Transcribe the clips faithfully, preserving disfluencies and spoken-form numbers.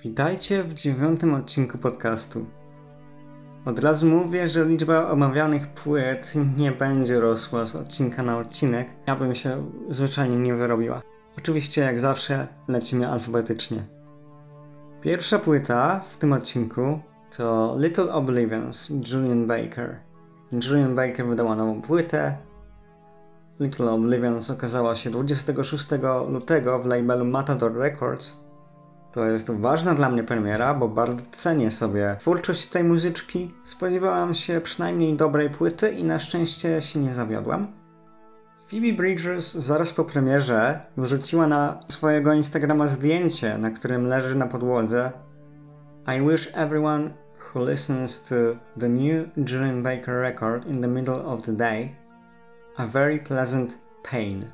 Witajcie w dziewiątym odcinku podcastu. Od razu mówię, że liczba omawianych płyt nie będzie rosła z odcinka na odcinek. Ja bym się zwyczajnie nie wyrobiła. Oczywiście jak zawsze lecimy alfabetycznie. Pierwsza płyta w tym odcinku to Little Oblivions Julien Baker. Julien Baker wydała nową płytę. Little Oblivions okazała się dwudziestego szóstego lutego w labelu Matador Records. To jest ważna dla mnie premiera, bo bardzo cenię sobie twórczość tej muzyczki. Spodziewałam się przynajmniej dobrej płyty i na szczęście się nie zawiodłam. Phoebe Bridgers zaraz po premierze wrzuciła na swojego Instagrama zdjęcie, na którym leży na podłodze I wish everyone who listens to the new Julien Baker record in the middle of the day a very pleasant pain.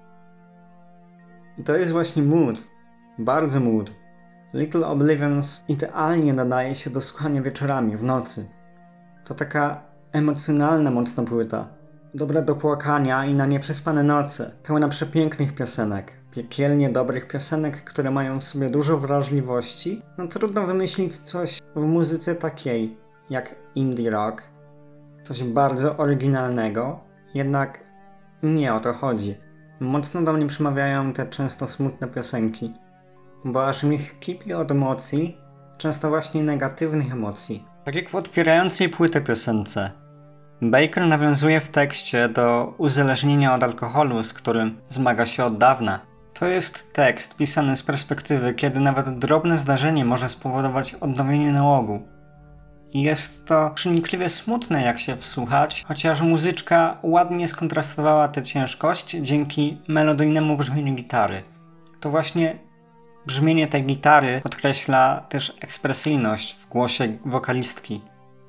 I to jest właśnie mood, bardzo mood. Little Oblivions idealnie nadaje się do słuchania wieczorami, w nocy. To taka emocjonalna mocno płyta. Dobra do płakania i na nieprzespane noce. Pełna przepięknych piosenek. Piekielnie dobrych piosenek, które mają w sobie dużo wrażliwości. No trudno wymyślić coś w muzyce takiej jak indie rock. Coś bardzo oryginalnego. Jednak nie o to chodzi. Mocno do mnie przemawiają te często smutne piosenki. Bo aż mi kipi od emocji, często właśnie negatywnych emocji. Tak jak w otwierającej płytę piosence. Baker nawiązuje w tekście do uzależnienia od alkoholu, z którym zmaga się od dawna. To jest tekst pisany z perspektywy, kiedy nawet drobne zdarzenie może spowodować odnowienie nałogu. I jest to przenikliwie smutne, jak się wsłuchać, chociaż muzyczka ładnie skontrastowała tę ciężkość dzięki melodyjnemu brzmieniu gitary. To właśnie brzmienie tej gitary podkreśla też ekspresyjność w głosie wokalistki.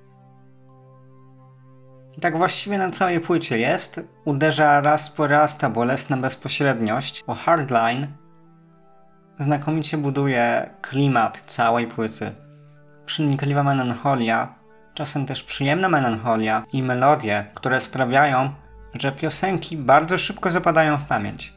I tak właściwie na całej płycie jest. Uderza raz po raz ta bolesna bezpośredniość, bo Hardline znakomicie buduje klimat całej płyty. Przenikliwa melancholia, czasem też przyjemna melancholia i melodie, które sprawiają, że piosenki bardzo szybko zapadają w pamięć.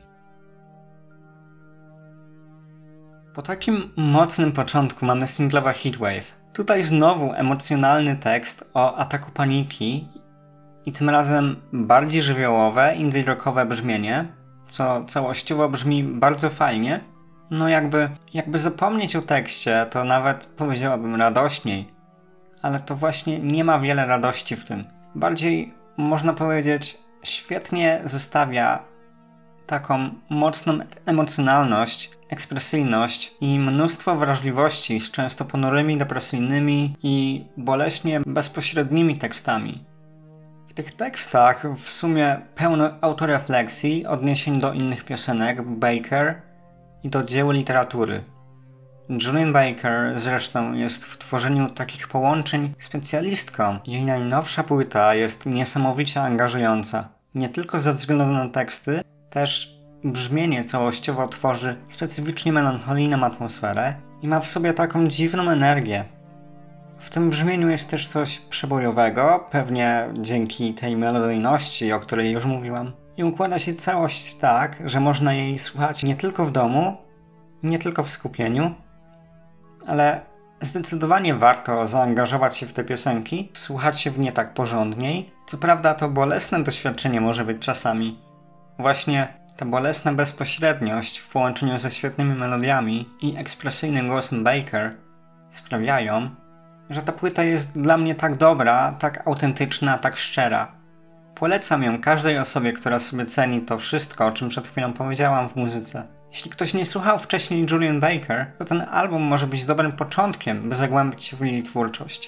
Po takim mocnym początku mamy singlowa Heatwave. Tutaj znowu emocjonalny tekst o ataku paniki i tym razem bardziej żywiołowe, indie rockowe brzmienie, co całościowo brzmi bardzo fajnie. No jakby, jakby zapomnieć o tekście, to nawet powiedziałabym radośniej, ale to właśnie nie ma wiele radości w tym. Bardziej można powiedzieć świetnie zestawia taką mocną emocjonalność, ekspresyjność i mnóstwo wrażliwości z często ponurymi, depresyjnymi i boleśnie bezpośrednimi tekstami. W tych tekstach w sumie pełno autorefleksji, odniesień do innych piosenek Baker i do dzieł literatury. Julien Baker zresztą jest w tworzeniu takich połączeń specjalistką. Jej najnowsza płyta jest niesamowicie angażująca. Nie tylko ze względu na teksty, też brzmienie całościowo tworzy specyficznie melancholijną atmosferę i ma w sobie taką dziwną energię. W tym brzmieniu jest też coś przebojowego, pewnie dzięki tej melodyjności, o której już mówiłam. I układa się całość tak, że można jej słuchać nie tylko w domu, nie tylko w skupieniu, ale zdecydowanie warto zaangażować się w te piosenki, słuchać się w nie tak porządniej. Co prawda to bolesne doświadczenie może być czasami. Właśnie ta bolesna bezpośredniość w połączeniu ze świetnymi melodiami i ekspresyjnym głosem Baker sprawiają, że ta płyta jest dla mnie tak dobra, tak autentyczna, tak szczera. Polecam ją każdej osobie, która sobie ceni to wszystko, o czym przed chwilą powiedziałam w muzyce. Jeśli ktoś nie słuchał wcześniej Julien Baker, to ten album może być dobrym początkiem, by zagłębić się w jej twórczość.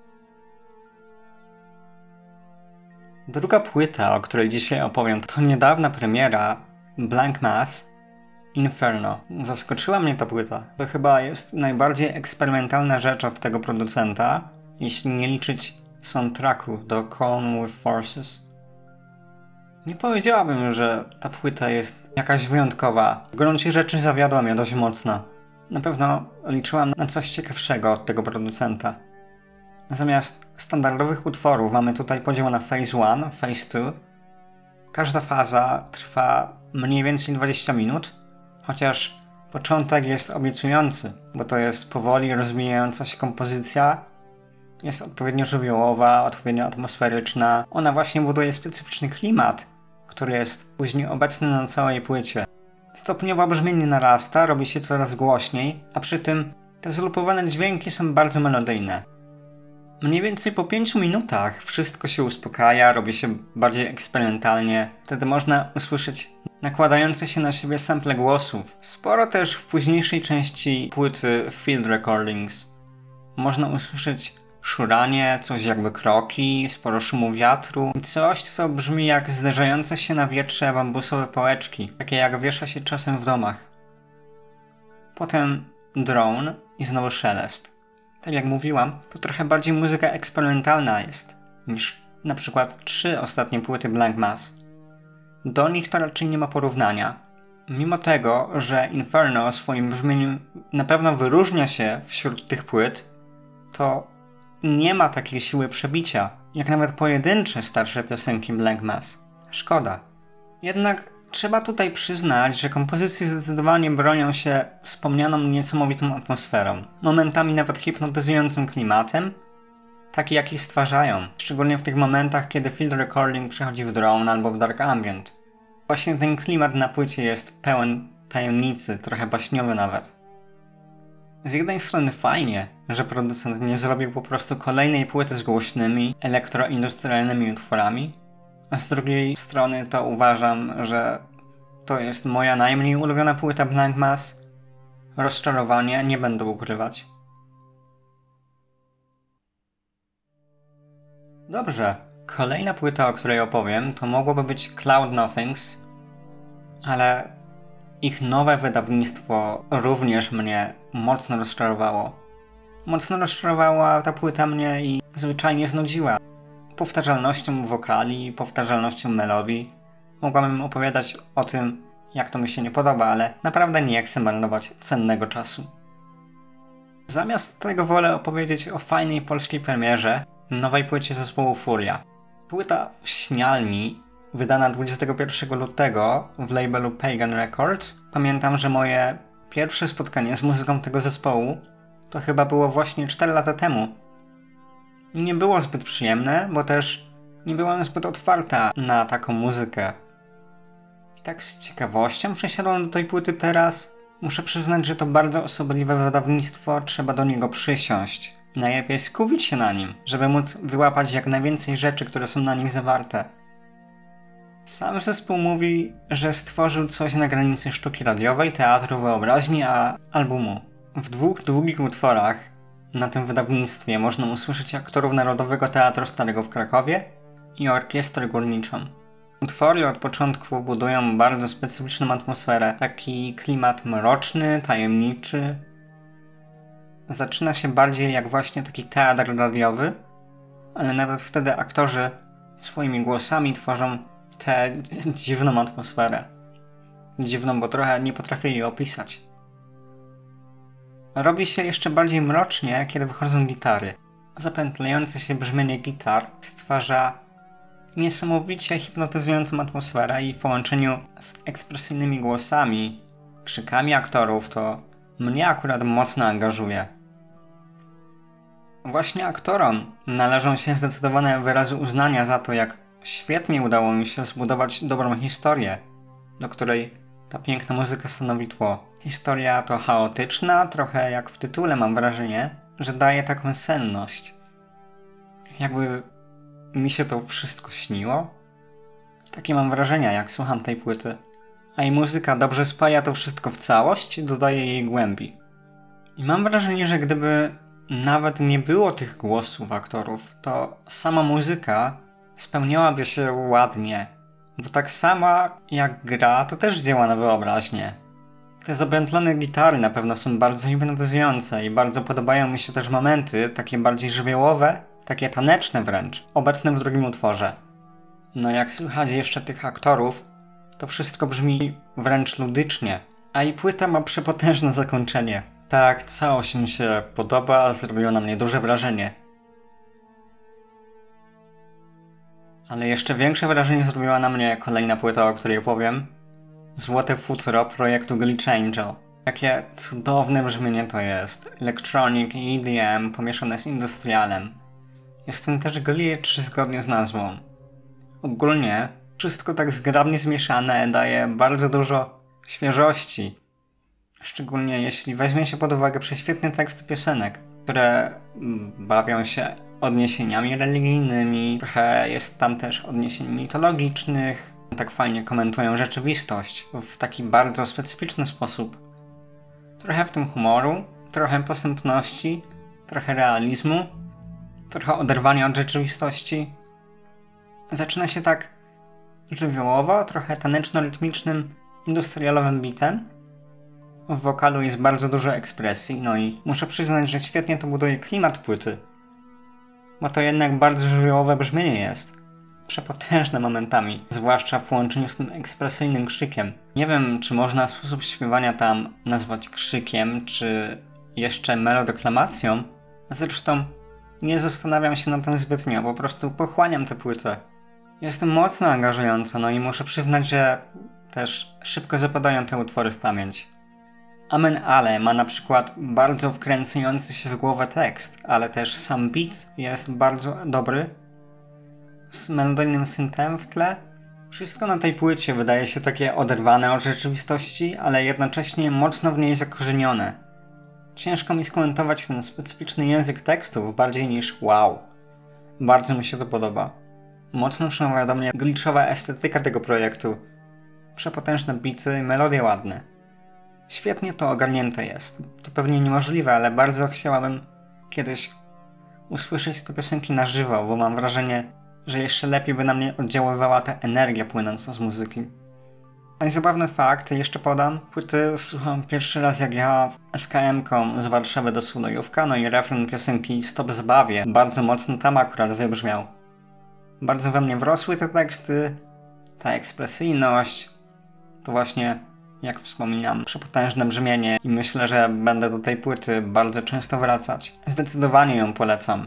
Druga płyta, o której dzisiaj opowiem, to niedawna premiera Blank Mass Inferno. Zaskoczyła mnie ta płyta. To chyba jest najbardziej eksperymentalna rzecz od tego producenta, jeśli nie liczyć soundtracku do Calm with Forces. Nie powiedziałabym, że ta płyta jest jakaś wyjątkowa. W gruncie rzeczy zawiodła mnie dość mocno. Na pewno liczyłam na coś ciekawszego od tego producenta. Zamiast standardowych utworów mamy tutaj podział na Phase jeden, Phase dwa. Każda faza trwa mniej więcej dwadzieścia minut, chociaż Początek jest obiecujący, bo to jest powoli rozwijająca się kompozycja, jest odpowiednio żywiołowa, odpowiednio atmosferyczna. Ona właśnie buduje specyficzny klimat, który jest później obecny na całej płycie. Stopniowo brzmienie narasta, robi się coraz głośniej, a przy tym te zlupowane dźwięki są bardzo melodyjne. Mniej więcej po pięciu minutach wszystko się uspokaja, robi się bardziej eksperymentalnie. Wtedy można usłyszeć nakładające się na siebie sample głosów. Sporo też w późniejszej części płyty Field Recordings. Można usłyszeć szuranie, coś jakby kroki, sporo szumu wiatru i coś, co brzmi jak zderzające się na wietrze bambusowe pałeczki, takie jak wiesza się czasem w domach. Potem drone i znowu szelest. Tak jak mówiłam, to trochę bardziej muzyka eksperymentalna jest niż na przykład trzy ostatnie płyty Blank Mass. Do nich to raczej nie ma porównania. Mimo tego, że Inferno o swoim brzmieniu na pewno wyróżnia się wśród tych płyt, to nie ma takiej siły przebicia, jak nawet pojedyncze starsze piosenki Blank Mass. Szkoda. Jednak trzeba tutaj przyznać, że kompozycje zdecydowanie bronią się wspomnianą niesamowitą atmosferą, momentami nawet hipnotyzującym klimatem, taki jaki stwarzają, szczególnie w tych momentach, kiedy field recording przechodzi w drone albo w dark ambient. Właśnie ten klimat na płycie jest pełen tajemnicy, trochę baśniowy nawet. Z jednej strony fajnie, że producent nie zrobił po prostu kolejnej płyty z głośnymi, elektroindustrialnymi utworami, a z drugiej strony to uważam, że to jest moja najmniej ulubiona płyta Blank Mass. Rozczarowanie nie będę ukrywać. Dobrze, kolejna płyta, o której opowiem, to mogłoby być Cloud Nothings, ale ich nowe wydawnictwo również mnie mocno rozczarowało. Mocno rozczarowała ta płyta mnie i zwyczajnie znudziła. Powtarzalnością wokali, powtarzalnością melodii. Mogłabym opowiadać o tym, jak to mi się nie podoba, ale naprawdę nie chcę marnować cennego czasu. Zamiast tego wolę opowiedzieć o fajnej polskiej premierze, nowej płycie zespołu Furia. Płyta w Śnialni, wydana dwudziestego pierwszego lutego w labelu Pagan Records. Pamiętam, że moje pierwsze spotkanie z muzyką tego zespołu to chyba było właśnie cztery lata temu. Nie było zbyt przyjemne, bo też nie byłem zbyt otwarta na taką muzykę. I tak z ciekawością przesiadłem do tej płyty teraz. Muszę przyznać, że to bardzo osobliwe wydawnictwo, trzeba do niego przysiąść. Najlepiej skupić się na nim, żeby móc wyłapać jak najwięcej rzeczy, które są na nich zawarte. Sam zespół mówi, że stworzył coś na granicy sztuki radiowej, teatru wyobraźni, a albumu. W dwóch długich utworach na tym wydawnictwie można usłyszeć aktorów Narodowego Teatru Starego w Krakowie i orkiestrę górniczą. Utwory od początku budują bardzo specyficzną atmosferę, taki klimat mroczny, tajemniczy. Zaczyna się bardziej jak właśnie taki teatr radiowy, ale nawet wtedy aktorzy swoimi głosami tworzą tę dziwną atmosferę. Dziwną, bo trochę nie potrafię jej opisać. Robi się jeszcze bardziej mrocznie, kiedy wychodzą gitary. Zapętlające się brzmienie gitar stwarza niesamowicie hipnotyzującą atmosferę i w połączeniu z ekspresyjnymi głosami, krzykami aktorów to mnie akurat mocno angażuje. Właśnie aktorom należą się zdecydowane wyrazy uznania za to, jak świetnie udało mi się zbudować dobrą historię, do której ta piękna muzyka stanowi tło. Historia to chaotyczna, trochę jak w tytule mam wrażenie, że daje taką senność. Jakby mi się to wszystko śniło. Takie mam wrażenia, jak słucham tej płyty. A jej muzyka dobrze spaja to wszystko w całość, dodaje jej głębi. I mam wrażenie, że gdyby nawet nie było tych głosów aktorów, to sama muzyka spełniałaby się ładnie. Bo tak sama jak gra, to też działa na wyobraźnię. Te zapętlone gitary na pewno są bardzo hipnotyzujące i bardzo podobają mi się też momenty, takie bardziej żywiołowe, takie taneczne wręcz, obecne w drugim utworze. No jak słychać jeszcze tych aktorów, to wszystko brzmi wręcz ludycznie, a i płyta ma przepotężne zakończenie. Tak, całość mi się podoba, zrobiło na mnie duże wrażenie. Ale jeszcze większe wrażenie zrobiła na mnie kolejna płyta, o której opowiem. Złote futro projektu Glitch Angel. Jakie cudowne brzmienie to jest. Electronic i E D M pomieszane z industrialem. Jest ten też glitch zgodnie z nazwą. Ogólnie wszystko tak zgrabnie zmieszane daje bardzo dużo świeżości. Szczególnie jeśli weźmie się pod uwagę prześwietne teksty piosenek, które bawią się odniesieniami religijnymi, trochę jest tam też odniesień mitologicznych, tak fajnie komentują rzeczywistość w taki bardzo specyficzny sposób. Trochę w tym humoru, trochę posępności, trochę realizmu, trochę oderwania od rzeczywistości. Zaczyna się tak żywiołowo, trochę taneczno-rytmicznym, industrialowym beatem. W wokalu jest bardzo dużo ekspresji, no i muszę przyznać, że świetnie to buduje klimat płyty. Bo to jednak bardzo żywiołowe brzmienie jest. Przepotężne momentami, zwłaszcza w połączeniu z tym ekspresyjnym krzykiem. Nie wiem, czy można sposób śpiewania tam nazwać krzykiem, czy jeszcze melodeklamacją. Zresztą nie zastanawiam się nad tym zbytnio, po prostu pochłaniam tę płytę. Jest mocno angażująca, no i muszę przyznać, że też szybko zapadają te utwory w pamięć. Amen Ale ma na przykład bardzo wkręcający się w głowę tekst, ale też sam beat jest bardzo dobry, z melodyjnym syntem w tle. Wszystko na tej płycie wydaje się takie oderwane od rzeczywistości, ale jednocześnie mocno w niej zakorzenione. Ciężko mi skomentować ten specyficzny język tekstów bardziej niż wow. Bardzo mi się to podoba. Mocno przemawia do mnie glitchowa estetyka tego projektu. Przepotężne bity, melodie ładne. Świetnie to ogarnięte jest. To pewnie niemożliwe, ale bardzo chciałabym kiedyś usłyszeć te piosenki na żywo, bo mam wrażenie, że jeszcze lepiej by na mnie oddziaływała ta energia płynąca z muzyki. A zabawny fakt, jeszcze podam, płyty słucham pierwszy raz jak ja S K M-ką z Warszawy do Sulejówka, no i refren piosenki Stop Zabawie bardzo mocno tam akurat wybrzmiał. Bardzo we mnie wrosły te teksty, ta ekspresyjność, to właśnie, jak wspominam, przepotężne brzmienie i myślę, że będę do tej płyty bardzo często wracać. Zdecydowanie ją polecam.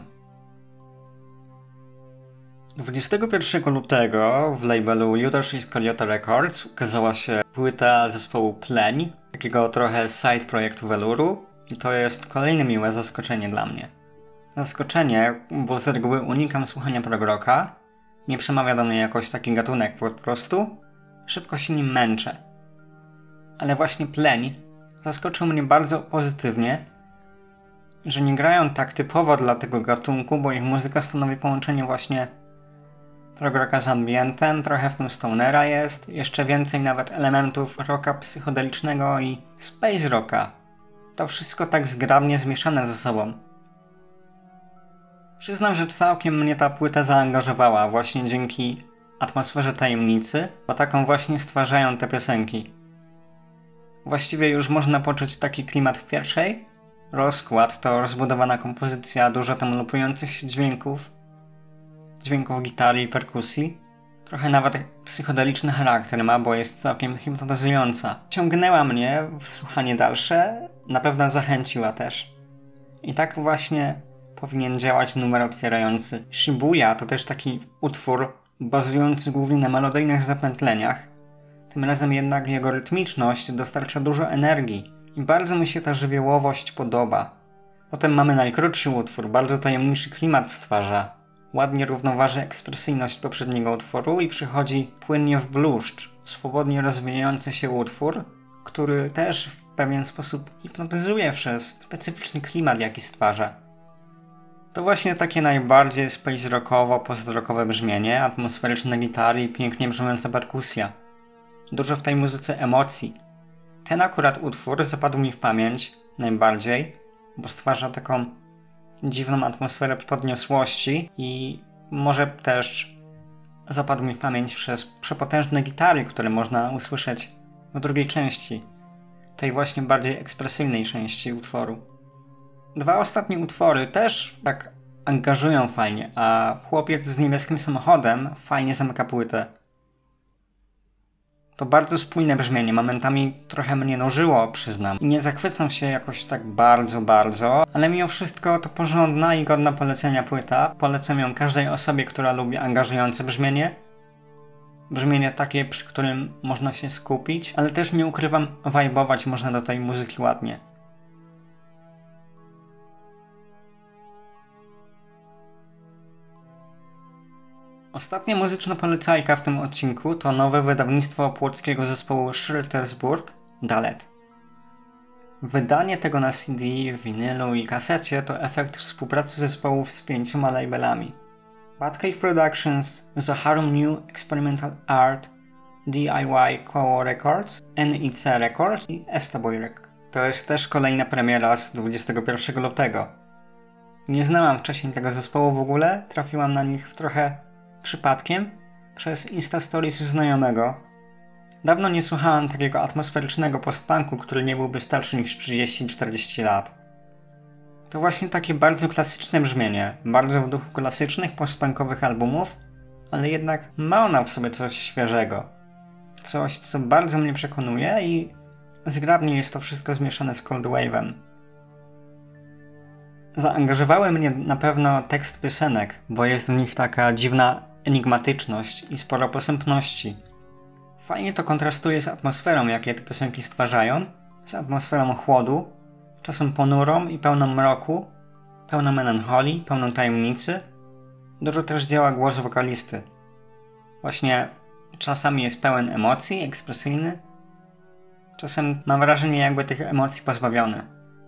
dwudziestego pierwszego lutego w labelu Judasz Iskariota Records ukazała się płyta zespołu Pleń, takiego trochę side projektu Veluru, i to jest kolejne miłe zaskoczenie dla mnie. Zaskoczenie, bo z reguły unikam słuchania prog rocka, nie przemawia do mnie jakoś taki gatunek po prostu, szybko się nim męczę. Ale właśnie Pleń zaskoczył mnie bardzo pozytywnie, że nie grają tak typowo dla tego gatunku, bo ich muzyka stanowi połączenie właśnie prog rocka z ambientem, trochę w tym stonera jest, jeszcze więcej nawet elementów rocka psychodelicznego i space rocka. To wszystko tak zgrabnie zmieszane ze sobą. Przyznam, że całkiem mnie ta płyta zaangażowała właśnie dzięki atmosferze tajemnicy, bo taką właśnie stwarzają te piosenki. Właściwie już można poczuć taki klimat w pierwszej. Rozkład to rozbudowana kompozycja, dużo tam lupujących się dźwięków, dźwięków gitary i perkusji. Trochę nawet psychodeliczny charakter ma, bo jest całkiem hipnotyzująca. Ciągnęła mnie w słuchanie dalsze, na pewno zachęciła też. I tak właśnie powinien działać numer otwierający. Shibuya to też taki utwór bazujący głównie na melodyjnych zapętleniach. Tym razem jednak jego rytmiczność dostarcza dużo energii i bardzo mi się ta żywiołowość podoba. Potem mamy najkrótszy utwór, bardzo tajemniczy klimat stwarza. Ładnie równoważy ekspresyjność poprzedniego utworu i przychodzi płynnie w bluszcz, swobodnie rozwijający się utwór, który też w pewien sposób hipnotyzuje przez specyficzny klimat, jaki stwarza. To właśnie takie najbardziej space rockowo, post-rockowe brzmienie, atmosferyczne gitary i pięknie brzmiąca perkusja. Dużo w tej muzyce emocji. Ten akurat utwór zapadł mi w pamięć najbardziej, bo stwarza taką dziwną atmosferę podniosłości i może też zapadł mi w pamięć przez przepotężne gitary, które można usłyszeć w drugiej części, tej właśnie bardziej ekspresyjnej części utworu. Dwa ostatnie utwory też tak angażują fajnie, a Chłopiec z niebieskim samochodem fajnie zamyka płytę. To bardzo spójne brzmienie, momentami trochę mnie nużyło, przyznam. I nie zachwycam się jakoś tak bardzo, bardzo, ale mimo wszystko to porządna i godna polecenia płyta. Polecam ją każdej osobie, która lubi angażujące brzmienie. brzmienie takie, przy którym można się skupić, ale też nie ukrywam, wajbować można do tej muzyki ładnie. Ostatnia muzyczna polecajka w tym odcinku to nowe wydawnictwo płockiego zespołu Schrittersburg, Dalet. Wydanie tego na C D, winylu i kasecie to efekt współpracy zespołów z pięcioma labelami: Batcave Productions, Zaharum New Experimental Art, D I Y Koło Records, N I C Records i Estaboy Records. To jest też kolejna premiera z dwudziestego pierwszego lutego. Nie znałam wcześniej tego zespołu w ogóle, trafiłam na nich w trochę przypadkiem przez Insta Stories znajomego. Dawno nie słuchałam takiego atmosferycznego postpunku, który nie byłby starszy niż trzydzieści czterdzieści lat. To właśnie takie bardzo klasyczne brzmienie, bardzo w duchu klasycznych postpunkowych albumów, ale jednak ma ona w sobie coś świeżego. Coś, co bardzo mnie przekonuje i zgrabnie jest to wszystko zmieszane z Cold Wave'em. Zaangażowały mnie na pewno tekst piosenek, bo jest w nich taka dziwna enigmatyczność i sporo posępności. Fajnie to kontrastuje z atmosferą, jakie te piosenki stwarzają, z atmosferą chłodu, czasem ponurą i pełną mroku, pełną melancholii, pełną tajemnicy. Dużo też działa głos wokalisty. Właśnie czasami jest pełen emocji, ekspresyjny, czasem mam wrażenie, jakby tych emocji pozbawiony.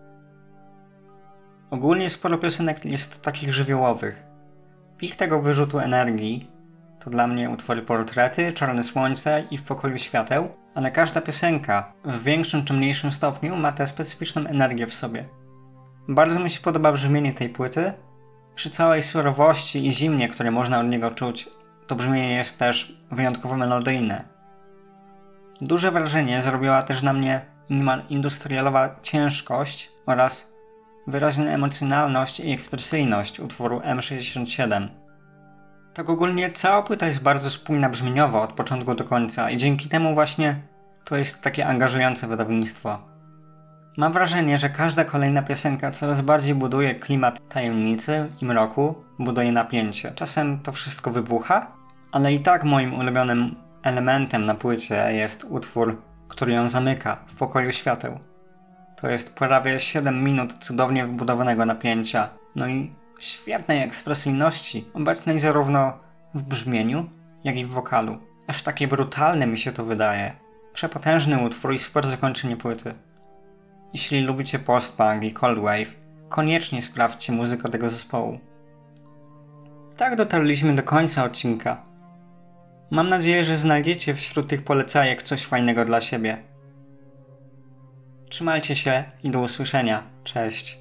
Ogólnie sporo piosenek jest takich żywiołowych. Pik tego wyrzutu energii to dla mnie utwory Portrety, Czarne Słońce i W pokoju świateł, ale każda piosenka w większym czy mniejszym stopniu ma tę specyficzną energię w sobie. Bardzo mi się podoba brzmienie tej płyty. Przy całej surowości i zimnie, które można od niego czuć, to brzmienie jest też wyjątkowo melodyjne. Duże wrażenie zrobiła też na mnie niemal industrialowa ciężkość oraz wyraźna emocjonalność i ekspresyjność utworu M sześćdziesiąt siedem. Tak ogólnie cała płyta jest bardzo spójna brzmieniowo od początku do końca i dzięki temu właśnie to jest takie angażujące wydawnictwo. Mam wrażenie, że każda kolejna piosenka coraz bardziej buduje klimat tajemnicy i mroku, buduje napięcie. Czasem to wszystko wybucha, ale i tak moim ulubionym elementem na płycie jest utwór, który ją zamyka, W pokoju świateł. To jest prawie siedem minut cudownie wbudowanego napięcia, no i świetnej ekspresyjności, obecnej zarówno w brzmieniu, jak i w wokalu. Aż takie brutalne mi się to wydaje. Przepotężny utwór i super zakończenie płyty. Jeśli lubicie post-punk i cold wave, koniecznie sprawdźcie muzykę tego zespołu. Tak dotarliśmy do końca odcinka. Mam nadzieję, że znajdziecie wśród tych polecajek coś fajnego dla siebie. Trzymajcie się i do usłyszenia. Cześć.